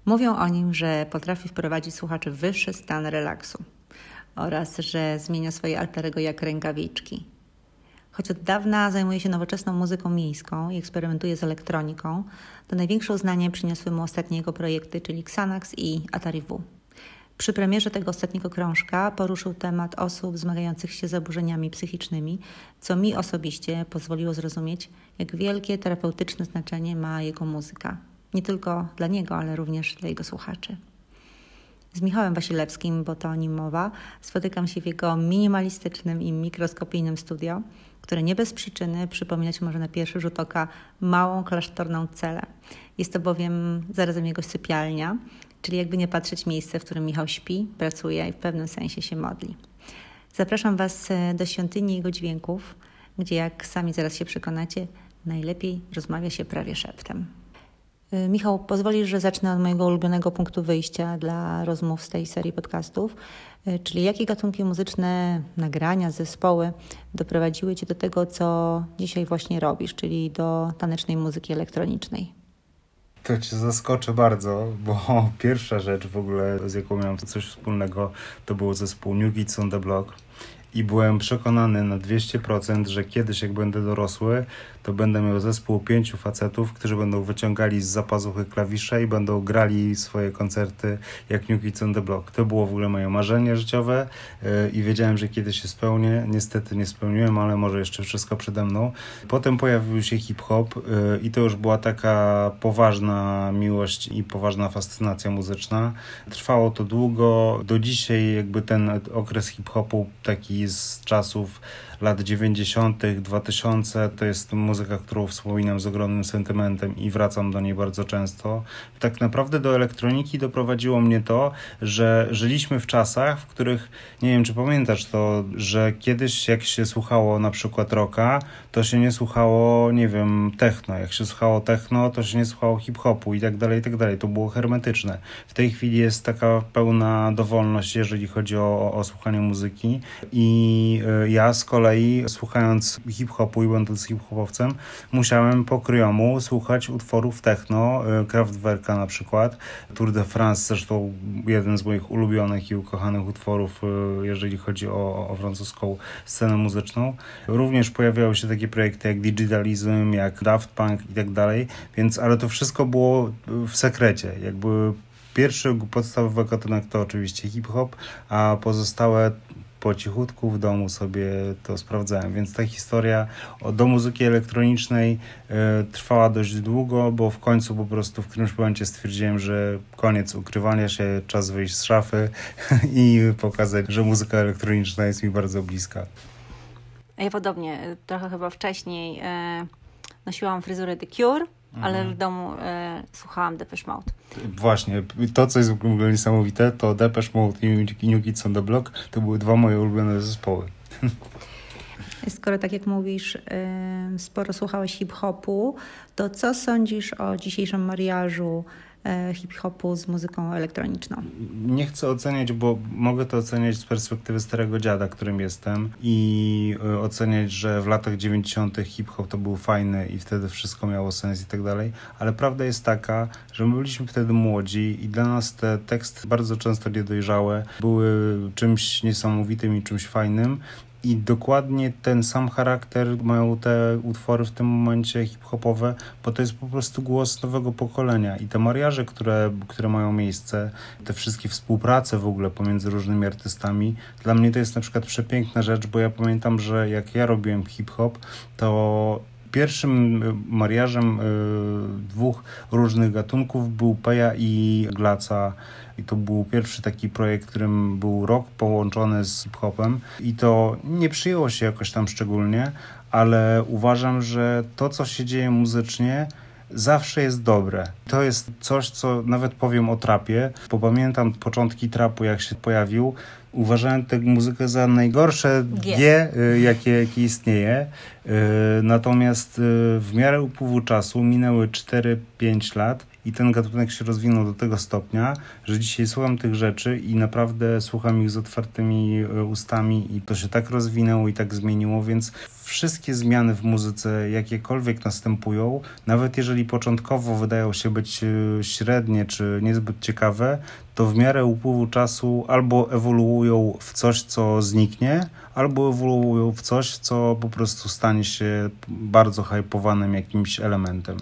Mówią o nim, że potrafi wprowadzić słuchaczy w wyższy stan relaksu oraz że zmienia swoje alter ego jak rękawiczki. Choć od dawna zajmuje się nowoczesną muzyką miejską i eksperymentuje z elektroniką, to największe uznanie przyniosły mu ostatnie jego projekty, czyli Xanax i Atari V. Przy premierze tego ostatniego krążka poruszył temat osób zmagających się z zaburzeniami psychicznymi, co mi osobiście pozwoliło zrozumieć, jak wielkie terapeutyczne znaczenie ma jego muzyka. Nie tylko dla niego, ale również dla jego słuchaczy. Z Michałem Wasilewskim, bo to o nim mowa, spotykam się w jego minimalistycznym i mikroskopijnym studio, które nie bez przyczyny przypominać może na pierwszy rzut oka małą klasztorną celę. Jest to bowiem zarazem jego sypialnia, czyli jakby nie patrzeć miejsce, w którym Michał śpi, pracuje i w pewnym sensie się modli. Zapraszam Was do świątyni jego dźwięków, gdzie jak sami zaraz się przekonacie, najlepiej rozmawia się prawie szeptem. Michał, pozwolisz, że zacznę od mojego ulubionego punktu wyjścia dla rozmów z tej serii podcastów, czyli jakie gatunki muzyczne, nagrania, zespoły doprowadziły Cię do tego, co dzisiaj właśnie robisz, czyli do tanecznej muzyki elektronicznej. To Cię zaskoczę bardzo, bo pierwsza rzecz w ogóle, z jaką miałem coś wspólnego, to był zespół New Kids on the Block. I byłem przekonany na 200%, że kiedyś jak będę dorosły, to będę miał zespół 5 facetów, którzy będą wyciągali z zapazuchy klawisze i będą grali swoje koncerty jak New Kids on the Block. To było w ogóle moje marzenie życiowe i wiedziałem, że kiedyś się spełnię. Niestety nie spełniłem, ale może jeszcze wszystko przede mną. Potem pojawił się hip-hop i to już była taka poważna miłość i poważna fascynacja muzyczna. Trwało to długo. Do dzisiaj jakby ten okres hip-hopu taki z czasów lat 90., 2000 to jest muzyka, którą wspominam z ogromnym sentymentem i wracam do niej bardzo często. Tak naprawdę do elektroniki doprowadziło mnie to, że żyliśmy w czasach, w których, nie wiem czy pamiętasz to, że kiedyś jak się słuchało na przykład rocka, to się nie słuchało, nie wiem, techno. Jak się słuchało techno, to się nie słuchało hip-hopu i tak dalej, i tak dalej. To było hermetyczne. W tej chwili jest taka pełna dowolność, jeżeli chodzi o słuchanie muzyki i ja z kolei słuchając hip-hopu i będąc hip-hopowcem, musiałem po kryjomu słuchać utworów techno, Kraftwerka na przykład, Tour de France zresztą jeden z moich ulubionych i ukochanych utworów, jeżeli chodzi o francuską scenę muzyczną. Również pojawiały się takie projekty jak Digitalism, jak Daft Punk i tak dalej, więc ale to wszystko było w sekrecie, jakby pierwszy podstawowy gatunek to oczywiście hip-hop, a pozostałe po cichutku w domu sobie to sprawdzałem, więc ta historia do muzyki elektronicznej trwała dość długo, bo w końcu po prostu w którymś momencie stwierdziłem, że koniec ukrywania się, czas wyjść z szafy i pokazać, że muzyka elektroniczna jest mi bardzo bliska. Ja podobnie, trochę chyba wcześniej nosiłam fryzurę The Cure, ale w domu słuchałam Depeche Mode. Właśnie, to co jest w ogóle niesamowite, to Depeche Mode i New Kids on the Block to były dwa moje ulubione zespoły. Skoro tak jak mówisz, sporo słuchałeś hip-hopu, to co sądzisz o dzisiejszym mariażu hip-hopu z muzyką elektroniczną? Nie chcę oceniać, bo mogę to oceniać z perspektywy starego dziada, którym jestem i oceniać, że w latach 90. hip-hop to był fajny i wtedy wszystko miało sens i tak dalej, ale prawda jest taka, że my byliśmy wtedy młodzi i dla nas te teksty bardzo często niedojrzałe były czymś niesamowitym i czymś fajnym. I dokładnie ten sam charakter mają te utwory w tym momencie hip-hopowe, bo to jest po prostu głos nowego pokolenia. I te mariaże, które mają miejsce, te wszystkie współprace w ogóle pomiędzy różnymi artystami, dla mnie to jest na przykład przepiękna rzecz, bo ja pamiętam, że jak ja robiłem hip-hop, to pierwszym mariażem dwóch różnych gatunków był Peja i Glaca. I to był pierwszy taki projekt, którym był rock połączony z hip-hopem i to nie przyjęło się jakoś tam szczególnie, ale uważam, że to, co się dzieje muzycznie, zawsze jest dobre. To jest coś, co nawet powiem o trapie, bo pamiętam początki trapu, jak się pojawił. Uważałem tę muzykę za najgorsze G, jakie istnieje. Natomiast w miarę upływu czasu minęły 4-5 lat i ten gatunek się rozwinął do tego stopnia, że dzisiaj słucham tych rzeczy i naprawdę słucham ich z otwartymi ustami i to się tak rozwinęło i tak zmieniło, więc wszystkie zmiany w muzyce, jakiekolwiek następują, nawet jeżeli początkowo wydają się być średnie czy niezbyt ciekawe, to w miarę upływu czasu albo ewoluują w coś, co zniknie, albo ewoluują w coś, co po prostu stanie się bardzo hypowanym jakimś elementem.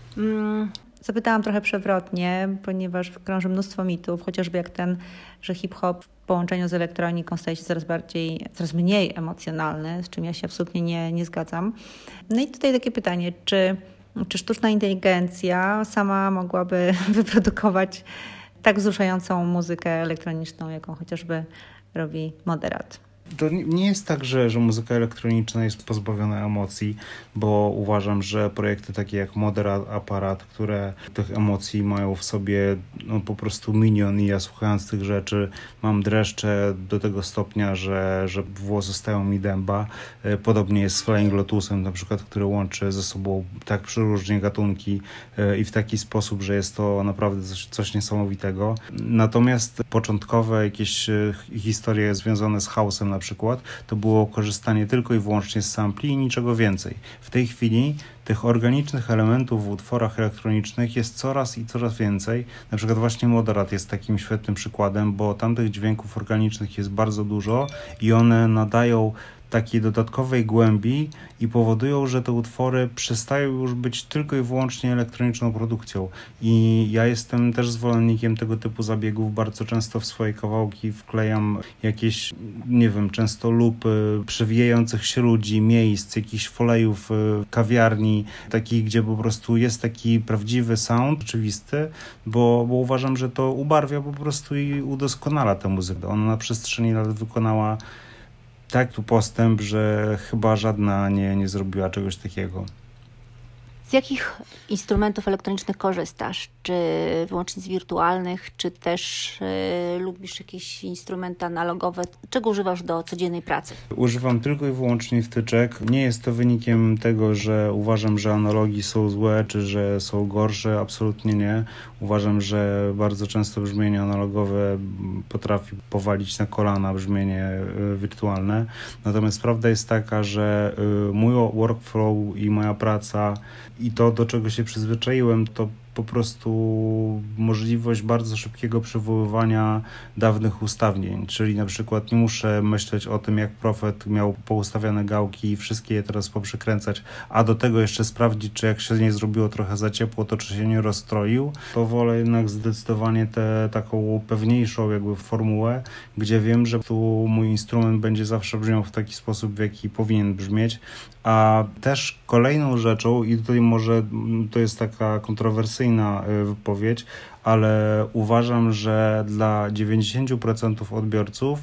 Zapytałam trochę przewrotnie, ponieważ krąży mnóstwo mitów, chociażby jak ten, że hip-hop w połączeniu z elektroniką staje się coraz mniej emocjonalny, z czym ja się absolutnie nie zgadzam. No i tutaj takie pytanie, czy sztuczna inteligencja sama mogłaby wyprodukować tak wzruszającą muzykę elektroniczną, jaką chociażby robi Moderat? To nie jest tak, że muzyka elektroniczna jest pozbawiona emocji, bo uważam, że projekty takie jak Moderat, Aparat, które tych emocji mają w sobie po prostu milion i ja słuchając tych rzeczy mam dreszcze do tego stopnia, że włosy stają mi dęba. Podobnie jest z Flying Lotusem na przykład, który łączy ze sobą tak przeróżnie gatunki i w taki sposób, że jest to naprawdę coś niesamowitego. Natomiast początkowe jakieś historie związane z house'em na przykład, to było korzystanie tylko i wyłącznie z sampli i niczego więcej. W tej chwili tych organicznych elementów w utworach elektronicznych jest coraz i coraz więcej. Na przykład właśnie Moderat jest takim świetnym przykładem, bo tamtych dźwięków organicznych jest bardzo dużo i one nadają takiej dodatkowej głębi i powodują, że te utwory przestają już być tylko i wyłącznie elektroniczną produkcją. I ja jestem też zwolennikiem tego typu zabiegów. Bardzo często w swoje kawałki wklejam jakieś, nie wiem, często lupy przewijających się ludzi, miejsc, jakichś folejów, kawiarni, takich, gdzie po prostu jest taki prawdziwy sound, rzeczywisty, bo uważam, że to ubarwia po prostu i udoskonala tę muzykę. Ona na przestrzeni lat wykonała tak tu postęp, że chyba żadna nie zrobiła czegoś takiego. Z jakich instrumentów elektronicznych korzystasz? Czy wyłącznie z wirtualnych, czy też lubisz jakieś instrumenty analogowe? Czego używasz do codziennej pracy? Używam tylko i wyłącznie wtyczek. Nie jest to wynikiem tego, że uważam, że analogi są złe, czy że są gorsze. Absolutnie nie. Uważam, że bardzo często brzmienie analogowe potrafi powalić na kolana brzmienie wirtualne. Natomiast prawda jest taka, że mój workflow i moja praca i to, do czego się przyzwyczaiłem, to po prostu możliwość bardzo szybkiego przywoływania dawnych ustawień, czyli na przykład nie muszę myśleć o tym, jak Prophet miał poustawiane gałki i wszystkie je teraz poprzykręcać, a do tego jeszcze sprawdzić, czy jak się nie zrobiło trochę za ciepło, to czy się nie rozstroił, to wolę jednak zdecydowanie taką pewniejszą jakby formułę, gdzie wiem, że tu mój instrument będzie zawsze brzmiał w taki sposób, w jaki powinien brzmieć, a też kolejną rzeczą, i tutaj może to jest taka kontrowersyjna wypowiedź, ale uważam, że dla 90% odbiorców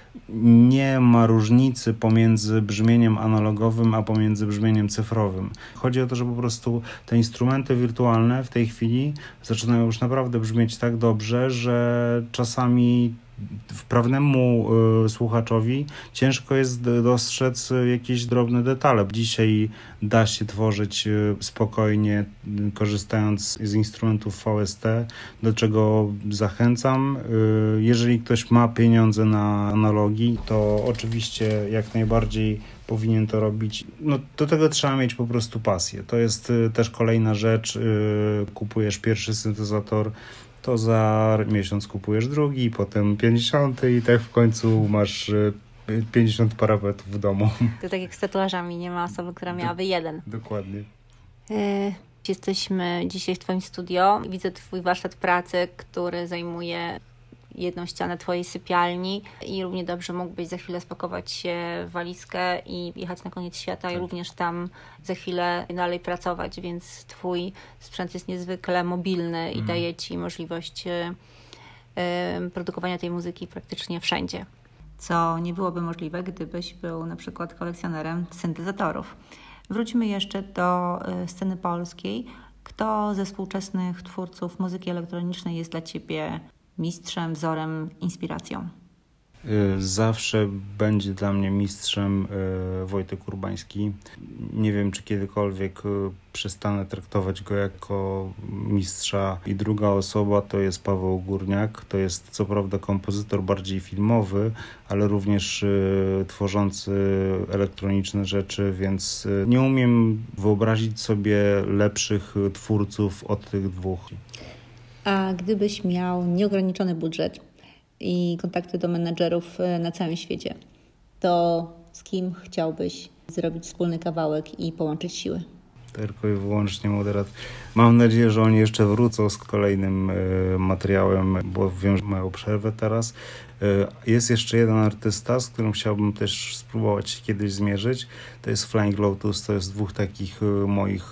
nie ma różnicy pomiędzy brzmieniem analogowym, a pomiędzy brzmieniem cyfrowym. Chodzi o to, że po prostu te instrumenty wirtualne w tej chwili zaczynają już naprawdę brzmieć tak dobrze, że czasami wprawnemu słuchaczowi ciężko jest dostrzec jakieś drobne detale. Dzisiaj da się tworzyć spokojnie, korzystając z instrumentów VST, do czego zachęcam. Jeżeli ktoś ma pieniądze na analogi, to oczywiście jak najbardziej powinien to robić. No, do tego trzeba mieć po prostu pasję. To jest też kolejna rzecz. Kupujesz pierwszy syntezator, to za miesiąc kupujesz drugi, potem 50 i tak w końcu masz 50 parapetów w domu. To tak jak z tatuażami, nie ma osoby, która miałaby jeden. Dokładnie. Jesteśmy dzisiaj w Twoim studio. Widzę Twój warsztat pracy, który zajmuje jedną ścianę Twojej sypialni i równie dobrze mógłbyś za chwilę spakować się w walizkę i jechać na koniec świata i również tam za chwilę dalej pracować, więc Twój sprzęt jest niezwykle mobilny i daje Ci możliwość produkowania tej muzyki praktycznie wszędzie. Co nie byłoby możliwe, gdybyś był na przykład kolekcjonerem syntezatorów. Wróćmy jeszcze do sceny polskiej. Kto ze współczesnych twórców muzyki elektronicznej jest dla Ciebie mistrzem, wzorem, inspiracją? Zawsze będzie dla mnie mistrzem Wojtek Urbański. Nie wiem, czy kiedykolwiek przestanę traktować go jako mistrza. I druga osoba to jest Paweł Górniak. To jest co prawda kompozytor bardziej filmowy, ale również tworzący elektroniczne rzeczy, więc nie umiem wyobrazić sobie lepszych twórców od tych dwóch. A gdybyś miał nieograniczony budżet i kontakty do menedżerów na całym świecie, to z kim chciałbyś zrobić wspólny kawałek i połączyć siły? Tylko i wyłącznie Moderat. Mam nadzieję, że oni jeszcze wrócą z kolejnym materiałem, bo wiem, że mają przerwę teraz. Jest jeszcze jeden artysta, z którym chciałbym też spróbować się kiedyś zmierzyć. To jest Flying Lotus, to jest dwóch takich moich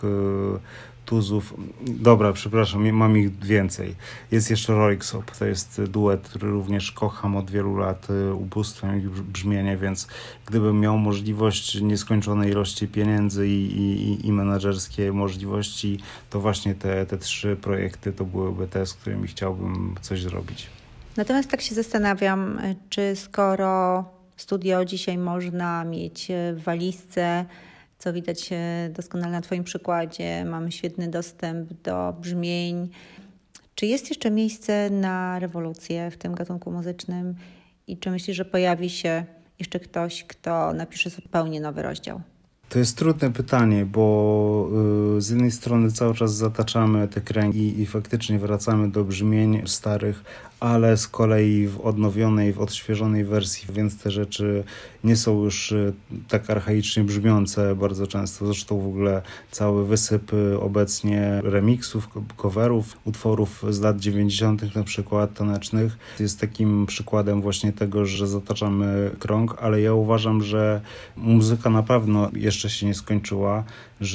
tuzów. Dobra, przepraszam, mam ich więcej. Jest jeszcze Röyksopp, to jest duet, który również kocham od wielu lat, ubóstwem i brzmienie, więc gdybym miał możliwość nieskończonej ilości pieniędzy i menadżerskie możliwości, to właśnie te trzy projekty to byłyby te, z którymi chciałbym coś zrobić. Natomiast tak się zastanawiam, czy skoro studio dzisiaj można mieć w walizce, co widać doskonale na Twoim przykładzie, mamy świetny dostęp do brzmień. Czy jest jeszcze miejsce na rewolucję w tym gatunku muzycznym i czy myślisz, że pojawi się jeszcze ktoś, kto napisze zupełnie nowy rozdział? To jest trudne pytanie, bo z jednej strony cały czas zataczamy te kręgi i faktycznie wracamy do brzmień starych, ale z kolei w odnowionej, w odświeżonej wersji, więc te rzeczy nie są już tak archaicznie brzmiące bardzo często. Zresztą w ogóle cały wysyp obecnie remixów, coverów, utworów z lat 90. na przykład tanecznych jest takim przykładem właśnie tego, że zataczamy krąg, ale ja uważam, że muzyka na pewno jeszcze się nie skończyła,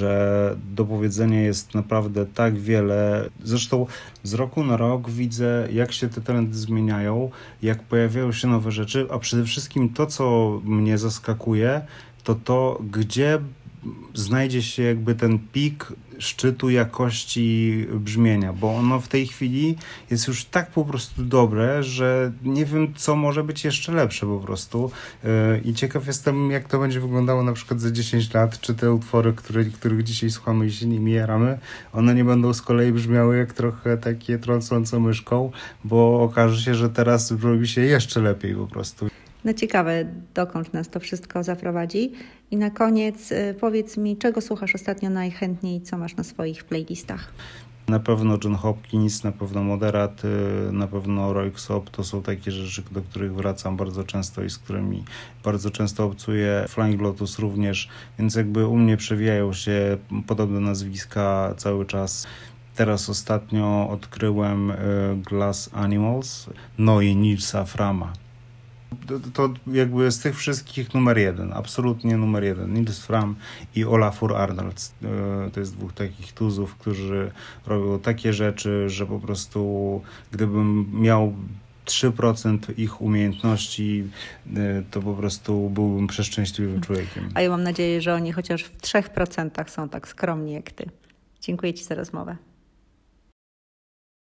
że do powiedzenia jest naprawdę tak wiele. Zresztą z roku na rok widzę, jak się te trendy zmieniają, jak pojawiają się nowe rzeczy, a przede wszystkim to, co mnie zaskakuje, to gdzie znajdzie się jakby ten pik szczytu jakości brzmienia, bo ono w tej chwili jest już tak po prostu dobre, że nie wiem, co może być jeszcze lepsze po prostu. I ciekaw jestem, jak to będzie wyglądało na przykład za 10 lat, czy te utwory, których dzisiaj słuchamy i się nimi jaramy, one nie będą z kolei brzmiały jak trochę takie trącące myszką, bo okaże się, że teraz robi się jeszcze lepiej po prostu. No ciekawe, dokąd nas to wszystko zaprowadzi. I na koniec powiedz mi, czego słuchasz ostatnio najchętniej, co masz na swoich playlistach? Na pewno John Hopkins, na pewno Moderat, na pewno Röyksopp. To są takie rzeczy, do których wracam bardzo często i z którymi bardzo często obcuję. Flying Lotus również, więc jakby u mnie przewijają się podobne nazwiska cały czas. Teraz ostatnio odkryłem Glass Animals, no i Nilsa Frama. To jakby z tych wszystkich numer jeden, absolutnie numer jeden. Nils Fram i Olafur Arnalds. To jest dwóch takich tuzów, którzy robią takie rzeczy, że po prostu gdybym miał 3% ich umiejętności, to po prostu byłbym przeszczęśliwym człowiekiem. A ja mam nadzieję, że oni chociaż w 3% są tak skromni jak ty. Dziękuję Ci za rozmowę.